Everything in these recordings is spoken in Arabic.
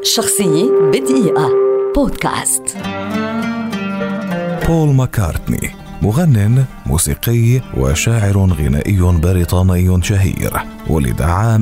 شخصية بدقيقة بودكاست. بول ماكارتني مغنٍ موسيقي وشاعر غنائي بريطاني شهير، ولد عام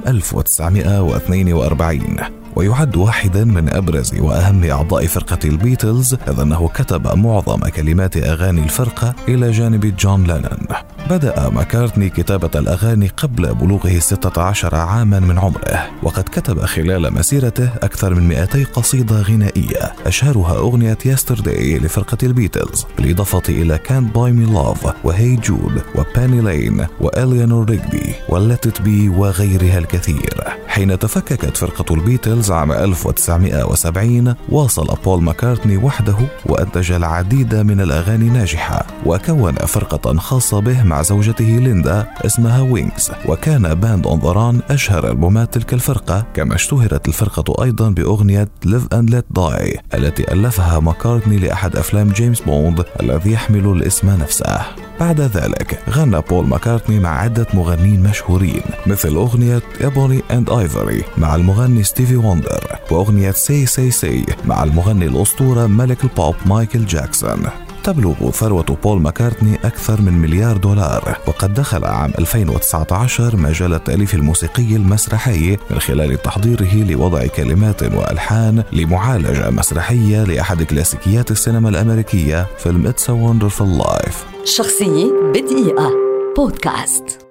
1942 ويعد واحدا من أبرز وأهم أعضاء فرقة البيتلز، إذ أنه كتب معظم كلمات أغاني الفرقة إلى جانب جون لينون. بدأ ماكارتني كتابة الأغاني قبل بلوغه 16 عاما من عمره، وقد كتب خلال مسيرته أكثر من 200 قصيدة غنائية، أشهرها أغنية يسترداي لفرقة البيتلز، بالإضافة إلى Can't Buy Me Love وهي جود وباني لين وإليانور ريغبي وLet It Be وغيرها الكثير. حين تفككت فرقة البيتلز عام 1970 واصل بول ماكارتني وحده وأنتج العديد من الأغاني ناجحة، وكون فرقة خاصة به مع زوجته ليندا اسمها وينجز، وكان باند أون ذا ران أشهر ألبومات تلك الفرقة. كما اشتهرت الفرقة أيضا بأغنية Live and Let Die التي ألفها ماكارتني لأحد أفلام جيمس بوند الذي يحمل الاسم نفسه. بعد ذلك غنى بول ماكارتني مع عدة مغنين مشهورين، مثل أغنية Ebony and Ivory مع المغني ستيفي وندر، وأغنية Say Say Say مع المغني الأسطورة ملك البوب مايكل جاكسون. تبلغ ثروة بول ماكارتني أكثر من $1 مليار، وقد دخل عام 2019 مجال التأليف الموسيقي المسرحي من خلال تحضيره لوضع كلمات وألحان لمعالجة مسرحية لأحد كلاسيكيات السينما الأمريكية، فيلم It's a Wonderful Life. شخصية بدقيقة بودكاست.